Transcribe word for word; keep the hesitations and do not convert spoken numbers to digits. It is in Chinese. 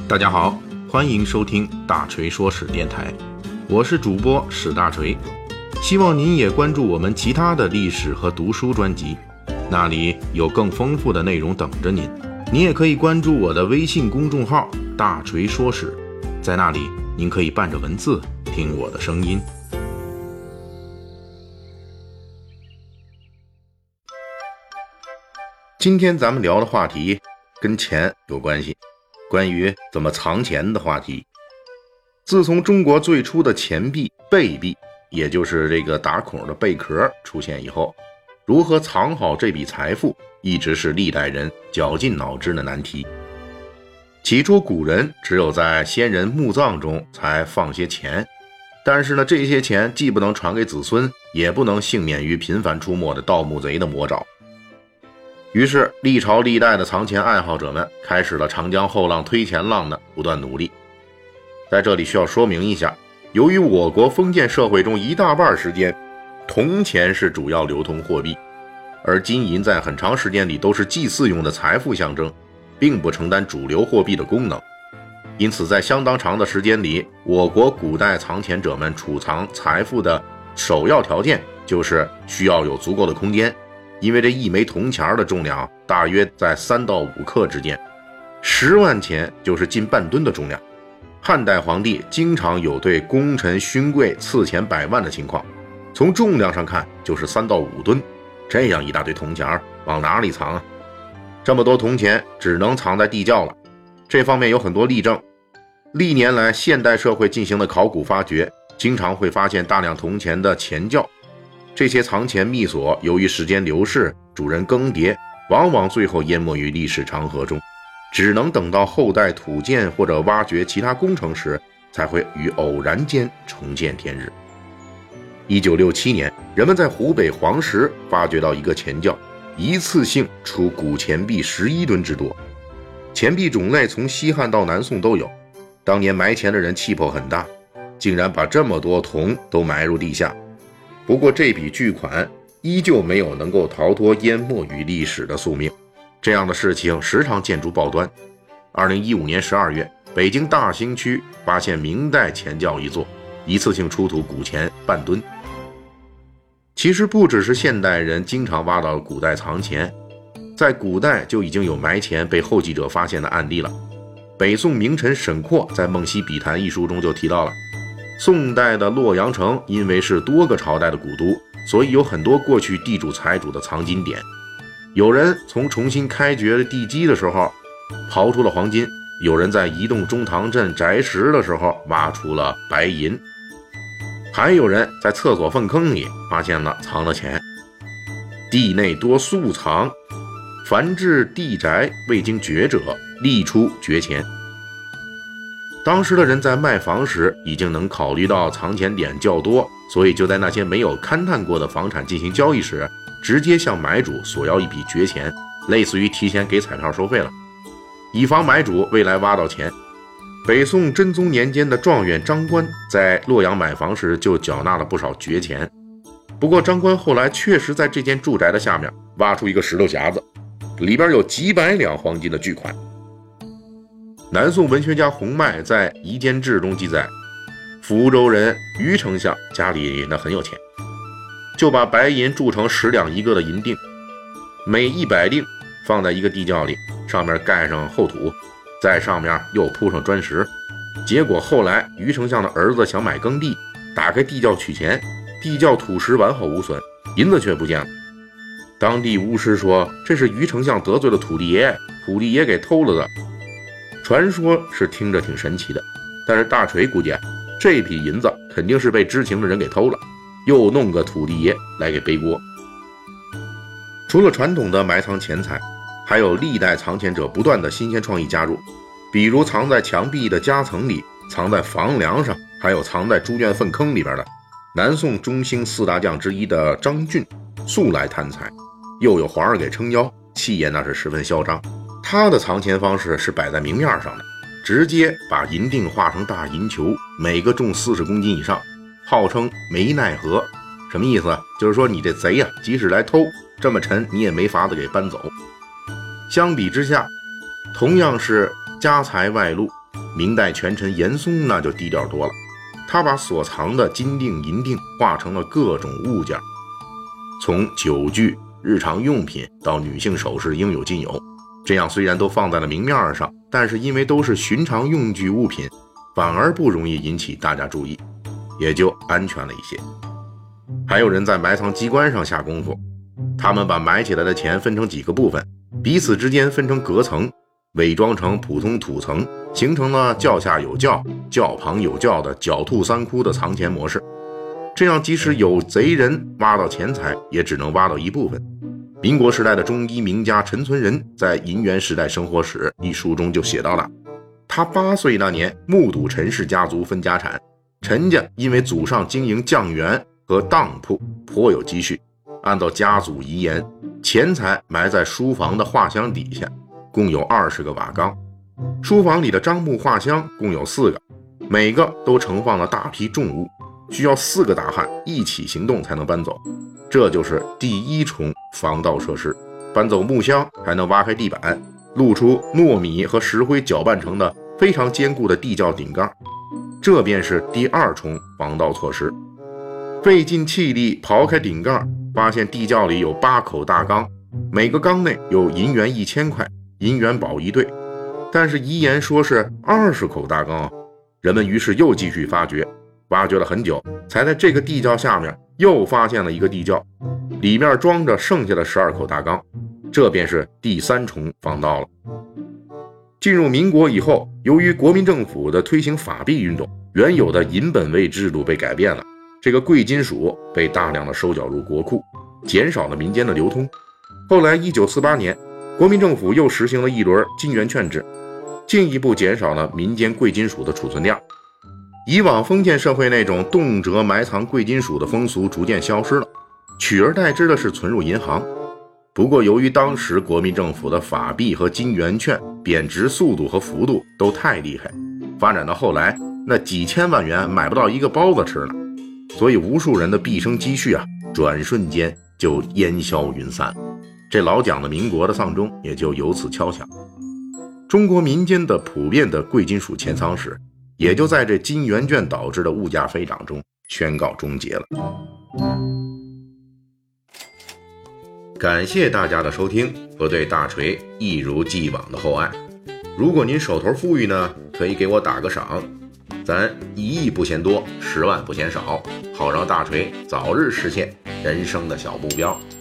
大家好，欢迎收听大锤说史电台，我是主播史大锤，希望您也关注我们其他的历史和读书专辑，那里有更丰富的内容等着您。您也可以关注我的微信公众号大锤说史，在那里您可以伴着文字听我的声音。今天咱们聊的话题跟钱有关系，关于怎么藏钱的话题。自从中国最初的钱币贝币，也就是这个打孔的贝壳出现以后，如何藏好这笔财富一直是历代人绞尽脑汁的难题。起初古人只有在先人墓葬中才放些钱，但是呢，这些钱既不能传给子孙，也不能幸免于频繁出没的盗墓贼的魔爪。于是历朝历代的藏钱爱好者们开始了长江后浪推前浪的不断努力。在这里需要说明一下，由于我国封建社会中一大半时间铜钱是主要流通货币，而金银在很长时间里都是祭祀用的财富象征，并不承担主流货币的功能。因此在相当长的时间里，我国古代藏钱者们储藏财富的首要条件就是需要有足够的空间，因为这一枚铜钱的重量大约在三到五克之间，十万钱就是近半吨的重量。汉代皇帝经常有对功臣勋贵赐钱百万的情况，从重量上看就是三到五吨，这样一大堆铜钱往哪里藏啊？这么多铜钱只能藏在地窖了。这方面有很多例证，历年来现代社会进行的考古发掘，经常会发现大量铜钱的钱窖。这些藏钱秘所由于时间流逝，主人更迭，往往最后淹没于历史长河中，只能等到后代土建或者挖掘其他工程时，才会于偶然间重见天日。一九六七年，人们在湖北黄石发掘到一个钱窖，一次性出古钱币十一吨之多。钱币种类从西汉到南宋都有，当年埋钱的人气魄很大，竟然把这么多铜都埋入地下。不过这笔巨款依旧没有能够逃脱淹没于历史的宿命，这样的事情时常见诸报端。二零一五年十二月，北京大兴区发现明代钱窖一座，一次性出土古钱半吨。其实不只是现代人经常挖到古代藏钱，在古代就已经有埋钱被后继者发现的案例了。北宋名臣沈括在《梦溪笔谈》一书中就提到了，宋代的洛阳城因为是多个朝代的古都，所以有很多过去地主财主的藏金点。有人从重新开掘地基的时候刨出了黄金，有人在移动中堂镇宅石的时候挖出了白银，还有人在厕所粪坑里发现了藏了钱。地内多素藏，凡至地宅未经掘者，力出掘钱。当时的人在卖房时已经能考虑到藏钱点较多，所以就在那些没有勘探过的房产进行交易时，直接向买主索要一笔掘钱，类似于提前给彩票收费了，以防买主未来挖到钱。北宋真宗年间的状元张官在洛阳买房时就缴纳了不少掘钱，不过张官后来确实在这间住宅的下面挖出一个石头匣子，里边有几百两黄金的巨款。南宋文学家洪迈在《夷坚志》中记载，福州人于丞相家里那很有钱，就把白银铸成十两一个的银锭，每一百锭放在一个地窖里，上面盖上厚土，在上面又铺上砖石。结果后来于丞相的儿子想买耕地，打开地窖取钱，地窖土石完好无损，银子却不见了。当地巫师说这是于丞相得罪了土地爷，土地爷给偷了的。传说是听着挺神奇的，但是大锤估计这批银子肯定是被知情的人给偷了，又弄个土地爷来给背锅。除了传统的埋藏钱财，还有历代藏钱者不断的新鲜创意加入，比如藏在墙壁的夹层里，藏在房梁上，还有藏在猪圈粪坑里边的。南宋中兴四大将之一的张俊素来贪财，又有皇上给撑腰，气焰那是十分嚣张。他的藏钱方式是摆在明面上的，直接把银锭画成大银球，每个重四十公斤以上，号称没奈何。什么意思？就是说你这贼呀、啊，即使来偷这么沉，你也没法子给搬走。相比之下，同样是家财外露， 明代权臣严嵩那就低调多了，他把所藏的金锭银锭化成了各种物件，从酒具、日常用品到女性首饰应有尽有。这样虽然都放在了明面上，但是因为都是寻常用具物品，反而不容易引起大家注意，也就安全了一些。还有人在埋藏机关上下功夫，他们把埋起来的钱分成几个部分，彼此之间分成隔层，伪装成普通土层，形成了窖下有窖、窖旁有窖的狡兔三窟的藏钱模式。这样即使有贼人挖到钱财，也只能挖到一部分。民国时代的中医名家陈存仁在《银元时代生活史》一书中就写到了，他八岁那年目睹陈氏家族分家产，陈家因为祖上经营酱园和当铺，颇有积蓄，按照家族遗言，钱财埋在书房的画箱底下，共有二十个瓦缸。书房里的樟木画箱共有四个，每个都盛放了大批重物，需要四个大汉一起行动才能搬走。这就是第一重防盗设施，搬走木箱还能挖开地板，露出糯米和石灰搅拌成的非常坚固的地窖顶盖。这便是第二重防盗措施。费尽气力刨开顶盖，发现地窖里有八口大缸，每个缸内有银元一千块，银元宝一对，但是遗言说是二十口大缸啊。人们于是又继续发掘，挖掘了很久，才在这个地窖下面又发现了一个地窖，里面装着剩下的十二口大缸，这便是第三重防盗了。进入民国以后，由于国民政府的推行法币运动，原有的银本位制度被改变了，这个贵金属被大量的收缴入国库，减少了民间的流通。后来一九四八年，国民政府又实行了一轮金圆券制，进一步减少了民间贵金属的储存量。以往封建社会那种动辄埋藏贵金属的风俗逐渐消失了，取而代之的是存入银行。不过由于当时国民政府的法币和金圆券贬值速度和幅度都太厉害，发展到后来那几千万元买不到一个包子吃了，所以无数人的毕生积蓄啊，转瞬间就烟消云散，这老蒋的民国的丧钟也就由此敲响。中国民间的普遍的贵金属钱仓史也就在这金圆券导致的物价飞涨中宣告终结了。感谢大家的收听和对大锤一如既往的厚爱。如果您手头富裕呢，可以给我打个赏，咱一亿不嫌多，十万不嫌少，好让大锤早日实现人生的小目标。